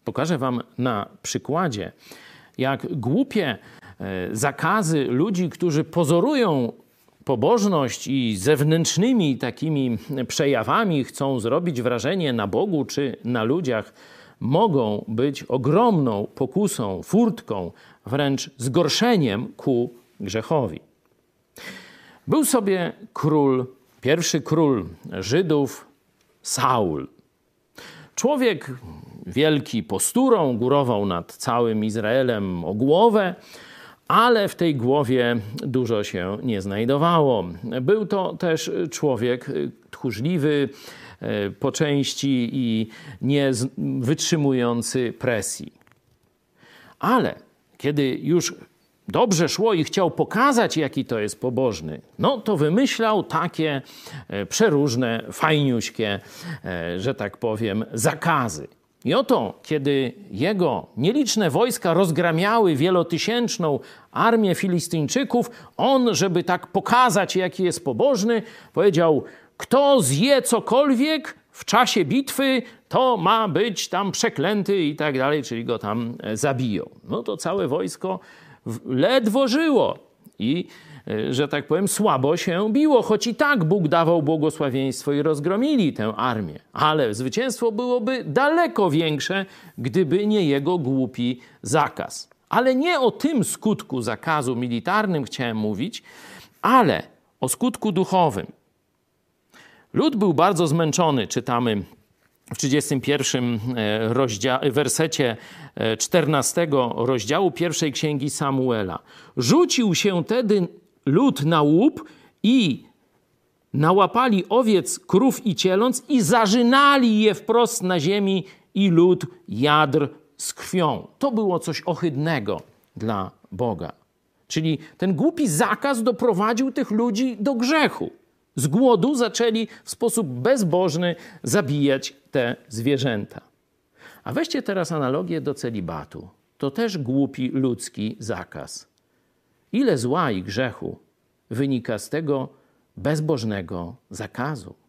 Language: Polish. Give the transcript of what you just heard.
Pokażę wam na przykładzie, jak głupie zakazy ludzi, którzy pozorują pobożność i zewnętrznymi takimi przejawami chcą zrobić wrażenie na Bogu czy na ludziach, mogą być ogromną pokusą, furtką, wręcz zgorszeniem ku grzechowi. Był sobie król, pierwszy król Żydów, Saul. Człowiek wielki posturą, górował nad całym Izraelem o głowę, ale w tej głowie dużo się nie znajdowało. Był to też człowiek tchórzliwy po części i nie wytrzymujący presji. Ale kiedy już dobrze szło i chciał pokazać, jaki to jest pobożny, no to wymyślał takie przeróżne, fajniuśkie, że tak powiem, zakazy. I oto, kiedy jego nieliczne wojska rozgramiały wielotysięczną armię Filistyńczyków, on, żeby tak pokazać, jaki jest pobożny, powiedział: kto zje cokolwiek w czasie bitwy, to ma być tam przeklęty i tak dalej, czyli go tam zabiją. No to całe wojsko ledwo żyło i, że tak powiem, słabo się biło, choć i tak Bóg dawał błogosławieństwo i rozgromili tę armię. Ale zwycięstwo byłoby daleko większe, gdyby nie jego głupi zakaz. Ale nie o tym skutku zakazu militarnym chciałem mówić, ale o skutku duchowym. Lud był bardzo zmęczony, czytamy w 31 wersecie 14 rozdziału pierwszej księgi Samuela. Rzucił się tedy lud na łup i nałapali owiec, krów i cieląt i zarzynali je wprost na ziemi i lud jadł z krwią. To było coś ohydnego dla Boga. Czyli ten głupi zakaz doprowadził tych ludzi do grzechu. Z głodu zaczęli w sposób bezbożny zabijać te zwierzęta. A weźcie teraz analogię do celibatu. To też głupi ludzki zakaz. Ile zła i grzechu wynika z tego bezbożnego zakazu.